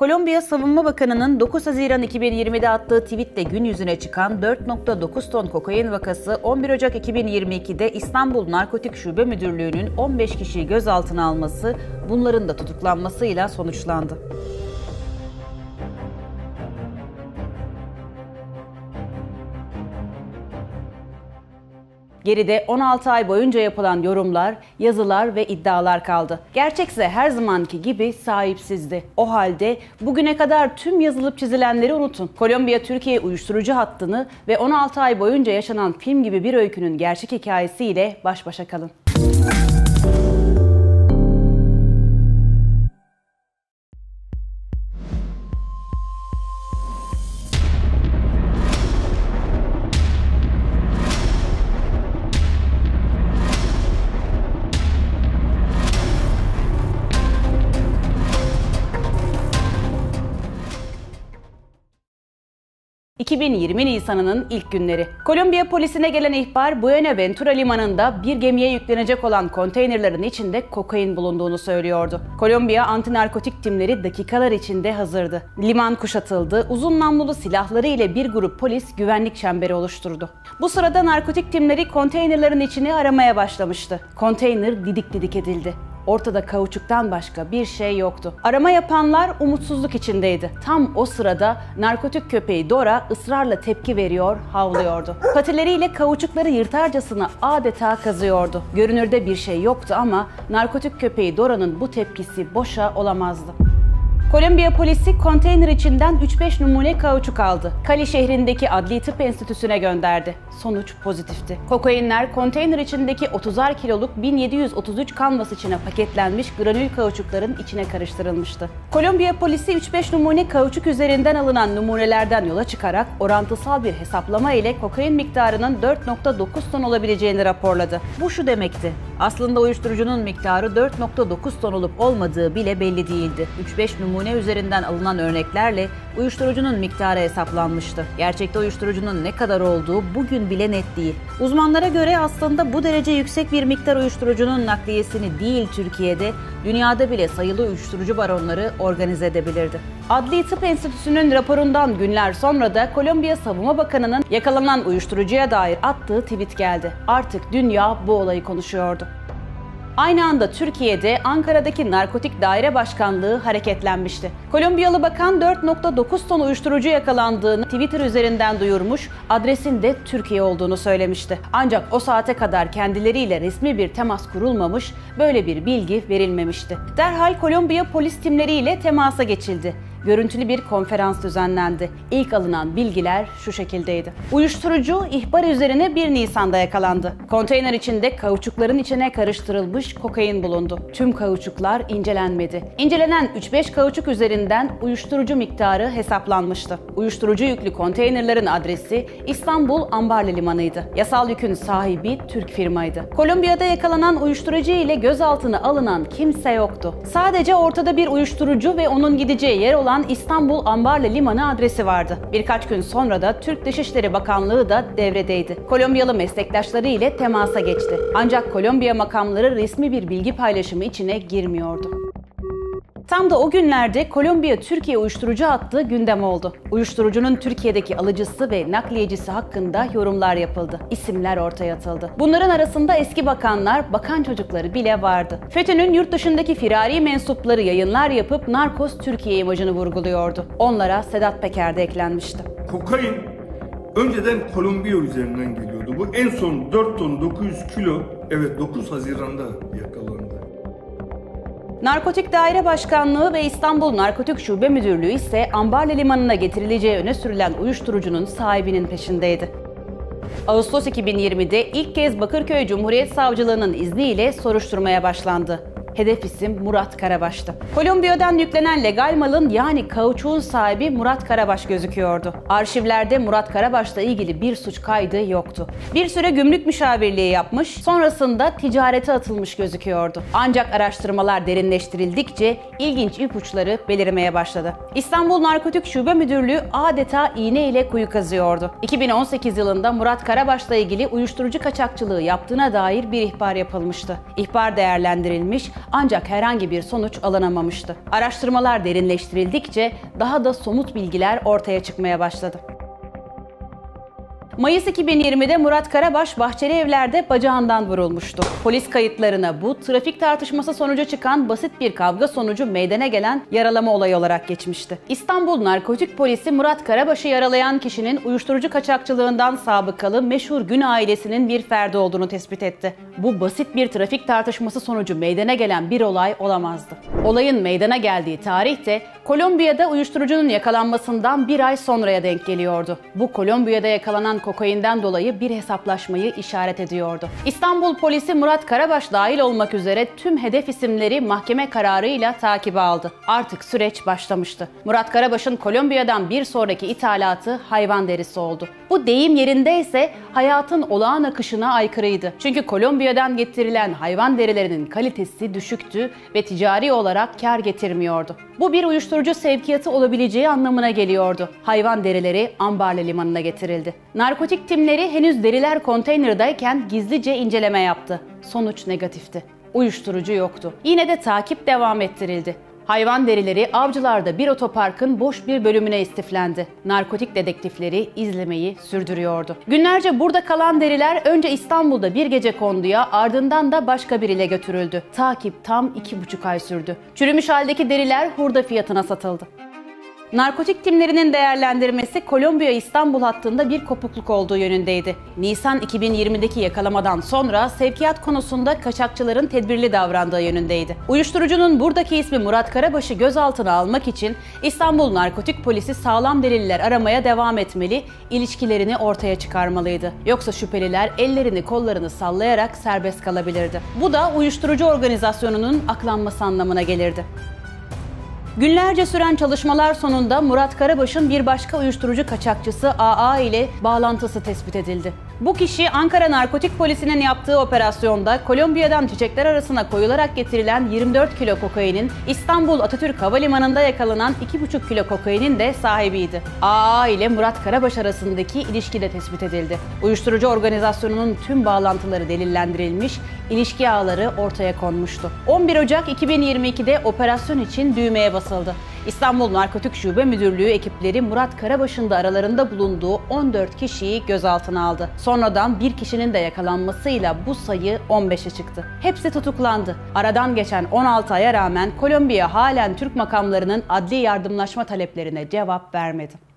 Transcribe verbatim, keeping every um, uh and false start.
Kolombiya Savunma Bakanı'nın dokuz Haziran iki bin yirmide attığı tweetle gün yüzüne çıkan dört nokta dokuz ton kokain vakası on bir Ocak iki bin yirmi ikide İstanbul Narkotik Şube Müdürlüğü'nün on beş kişiyi gözaltına alması, bunların da tutuklanmasıyla sonuçlandı. Geride on altı ay boyunca yapılan yorumlar, yazılar ve iddialar kaldı. Gerçekse her zamanki gibi sahipsizdi. O halde bugüne kadar tüm yazılıp çizilenleri unutun. Kolombiya Türkiye uyuşturucu hattını ve on altı ay boyunca yaşanan film gibi bir öykünün gerçek hikayesiyle baş başa kalın. iki bin yirmi Nisan'ının ilk günleri. Kolombiya polisine gelen ihbar, Buenaventura limanında bir gemiye yüklenecek olan konteynerlerin içinde kokain bulunduğunu söylüyordu. Kolombiya antinarkotik timleri dakikalar içinde hazırdı. Liman kuşatıldı, uzun namlulu silahları ile bir grup polis güvenlik çemberi oluşturdu. Bu sırada narkotik timleri konteynerlerin içini aramaya başlamıştı. Konteyner didik didik edildi. Ortada kauçuktan başka bir şey yoktu. Arama yapanlar umutsuzluk içindeydi. Tam o sırada narkotik köpeği Dora ısrarla tepki veriyor, havlıyordu. Patileriyle kauçukları yırtarcasına adeta kazıyordu. Görünürde bir şey yoktu ama narkotik köpeği Dora'nın bu tepkisi boşa olamazdı. Kolombiya polisi konteyner içinden üç beş numune kauçuk aldı. Cali şehrindeki Adli Tıp Enstitüsü'ne gönderdi. Sonuç pozitifti. Kokainler konteyner içindeki otuzar kiloluk bin yedi yüz otuz üç kanvas içine paketlenmiş granül kauçukların içine karıştırılmıştı. Kolombiya polisi üç beş numune kauçuk üzerinden alınan numunelerden yola çıkarak orantısal bir hesaplama ile kokain miktarının dört nokta dokuz ton olabileceğini raporladı. Bu şu demekti: aslında uyuşturucunun miktarı dört nokta dokuz ton olup olmadığı bile belli değildi. üç beş numune üzerinden alınan örneklerle uyuşturucunun miktarı hesaplanmıştı. Gerçekte uyuşturucunun ne kadar olduğu bugün bile net değil. Uzmanlara göre aslında bu derece yüksek bir miktar uyuşturucunun nakliyesini değil Türkiye'de, dünyada bile sayılı uyuşturucu baronları organize edebilirdi. Adli Tıp Enstitüsü'nün raporundan günler sonra da Kolombiya Savunma Bakanı'nın yakalanan uyuşturucuya dair attığı tweet geldi. Artık dünya bu olayı konuşuyordu. Aynı anda Türkiye'de Ankara'daki Narkotik Daire Başkanlığı hareketlenmişti. Kolombiyalı bakan dört nokta dokuz ton uyuşturucu yakalandığını Twitter üzerinden duyurmuş, adresin de Türkiye olduğunu söylemişti. Ancak o saate kadar kendileriyle resmi bir temas kurulmamış, böyle bir bilgi verilmemişti. Derhal Kolombiya polis timleriyle temasa geçildi. Görüntülü bir konferans düzenlendi. İlk alınan bilgiler şu şekildeydi. Uyuşturucu ihbar üzerine bir Nisan'da yakalandı. Konteyner içinde kauçukların içine karıştırılmış kokain bulundu. Tüm kauçuklar incelenmedi. İncelenen üç beş kauçuk üzerinden uyuşturucu miktarı hesaplanmıştı. Uyuşturucu yüklü konteynerlerin adresi İstanbul Ambarlı Limanı'ydı. Yasal yükün sahibi Türk firmaydı. Kolombiya'da yakalanan uyuşturucu ile gözaltına alınan kimse yoktu. Sadece ortada bir uyuşturucu ve onun gideceği yer olan İstanbul Ambarlı Limanı adresi vardı. Birkaç gün sonra da Türk Dışişleri Bakanlığı da devredeydi. Kolombiyalı meslektaşları ile temasa geçti. Ancak Kolombiya makamları resmi bir bilgi paylaşımı içine girmiyordu. Tam da o günlerde Kolombiya-Türkiye uyuşturucu hattı gündem oldu. Uyuşturucunun Türkiye'deki alıcısı ve nakliyecisi hakkında yorumlar yapıldı. İsimler ortaya atıldı. Bunların arasında eski bakanlar, bakan çocukları bile vardı. FETÖ'nün yurt dışındaki firari mensupları yayınlar yapıp Narkos Türkiye imajını vurguluyordu. Onlara Sedat Peker de eklenmişti. Kokain önceden Kolombiya üzerinden geliyordu. Bu en son dört ton dokuz yüz kilo, evet dokuz Haziran'da yakalandı. Narkotik Daire Başkanlığı ve İstanbul Narkotik Şube Müdürlüğü ise Ambarlı Limanı'na getirileceği öne sürülen uyuşturucunun sahibinin peşindeydi. Ağustos iki bin yirmide ilk kez Bakırköy Cumhuriyet Savcılığı'nın izniyle soruşturmaya başlandı. Hedef isim Murat Karabaş'tı. Kolombiya'dan yüklenen legal malın yani kauçuğun sahibi Murat Karabaş gözüküyordu. Arşivlerde Murat Karabaş'la ilgili bir suç kaydı yoktu. Bir süre gümrük müşavirliği yapmış, sonrasında ticarete atılmış gözüküyordu. Ancak araştırmalar derinleştirildikçe ilginç ipuçları belirmeye başladı. İstanbul Narkotik Şube Müdürlüğü adeta iğne ile kuyu kazıyordu. iki bin on sekiz yılında Murat Karabaş'la ilgili uyuşturucu kaçakçılığı yaptığına dair bir ihbar yapılmıştı. İhbar değerlendirilmiş, ancak herhangi bir sonuç alınamamıştı. Araştırmalar derinleştirildikçe daha da somut bilgiler ortaya çıkmaya başladı. Mayıs iki bin yirmide Murat Karabaş Bahçeli Evler'de bacağından vurulmuştu. Polis kayıtlarına bu trafik tartışması sonucu çıkan basit bir kavga sonucu meydana gelen yaralama olayı olarak geçmişti. İstanbul Narkotik Polisi Murat Karabaş'ı yaralayan kişinin uyuşturucu kaçakçılığından sabıkalı meşhur Gün ailesinin bir ferdi olduğunu tespit etti. Bu basit bir trafik tartışması sonucu meydana gelen bir olay olamazdı. Olayın meydana geldiği tarih de Kolombiya'da uyuşturucunun yakalanmasından bir ay sonraya denk geliyordu. Bu Kolombiya'da yakalanan kokainden dolayı bir hesaplaşmayı işaret ediyordu. İstanbul polisi Murat Karabaş dahil olmak üzere tüm hedef isimleri mahkeme kararıyla takibe aldı. Artık süreç başlamıştı. Murat Karabaş'ın Kolombiya'dan bir sonraki ithalatı hayvan derisi oldu. Bu deyim yerindeyse hayatın olağan akışına aykırıydı. Çünkü Kolombiya'dan getirilen hayvan derilerinin kalitesi düşüktü ve ticari olarak kar getirmiyordu. Bu bir uyuşturucu sevkiyatı olabileceği anlamına geliyordu. Hayvan derileri Ambarlı Limanı'na getirildi. Narkotik timleri henüz deriler konteynerdayken gizlice inceleme yaptı. Sonuç negatifti. Uyuşturucu yoktu. Yine de takip devam ettirildi. Hayvan derileri Avcılar'da bir otoparkın boş bir bölümüne istiflendi. Narkotik dedektifleri izlemeyi sürdürüyordu. Günlerce burada kalan deriler önce İstanbul'da bir gece konduya, ardından da başka biriyle götürüldü. Takip tam iki buçuk ay sürdü. Çürümüş haldeki deriler hurda fiyatına satıldı. Narkotik timlerinin değerlendirmesi Kolombiya-İstanbul hattında bir kopukluk olduğu yönündeydi. Nisan iki bin yirmideki yakalamadan sonra sevkiyat konusunda kaçakçıların tedbirli davrandığı yönündeydi. Uyuşturucunun buradaki ismi Murat Karabaş'ı gözaltına almak için İstanbul Narkotik Polisi sağlam deliller aramaya devam etmeli, ilişkilerini ortaya çıkarmalıydı. Yoksa şüpheliler ellerini kollarını sallayarak serbest kalabilirdi. Bu da uyuşturucu organizasyonunun aklanması anlamına gelirdi. Günlerce süren çalışmalar sonunda Murat Karabaş'ın bir başka uyuşturucu kaçakçısı A A ile bağlantısı tespit edildi. Bu kişi Ankara Narkotik Polisi'nin yaptığı operasyonda Kolombiya'dan çiçekler arasına koyularak getirilen yirmi dört kilo kokainin, İstanbul Atatürk Havalimanı'nda yakalanan iki buçuk kilo kokainin de sahibiydi. A A ile Murat Karabaş arasındaki ilişki de tespit edildi. Uyuşturucu organizasyonunun tüm bağlantıları delillendirilmiş, ilişki ağları ortaya konmuştu. on bir Ocak iki bin yirmi ikide operasyon için düğmeye basıldı. İstanbul Narkotik Şube Müdürlüğü ekipleri Murat Karabaş'ın da aralarında bulunduğu on dört kişiyi gözaltına aldı. Sonradan bir kişinin de yakalanmasıyla bu sayı on beşe çıktı. Hepsi tutuklandı. Aradan geçen on altı aya rağmen Kolombiya halen Türk makamlarının adli yardımlaşma taleplerine cevap vermedi.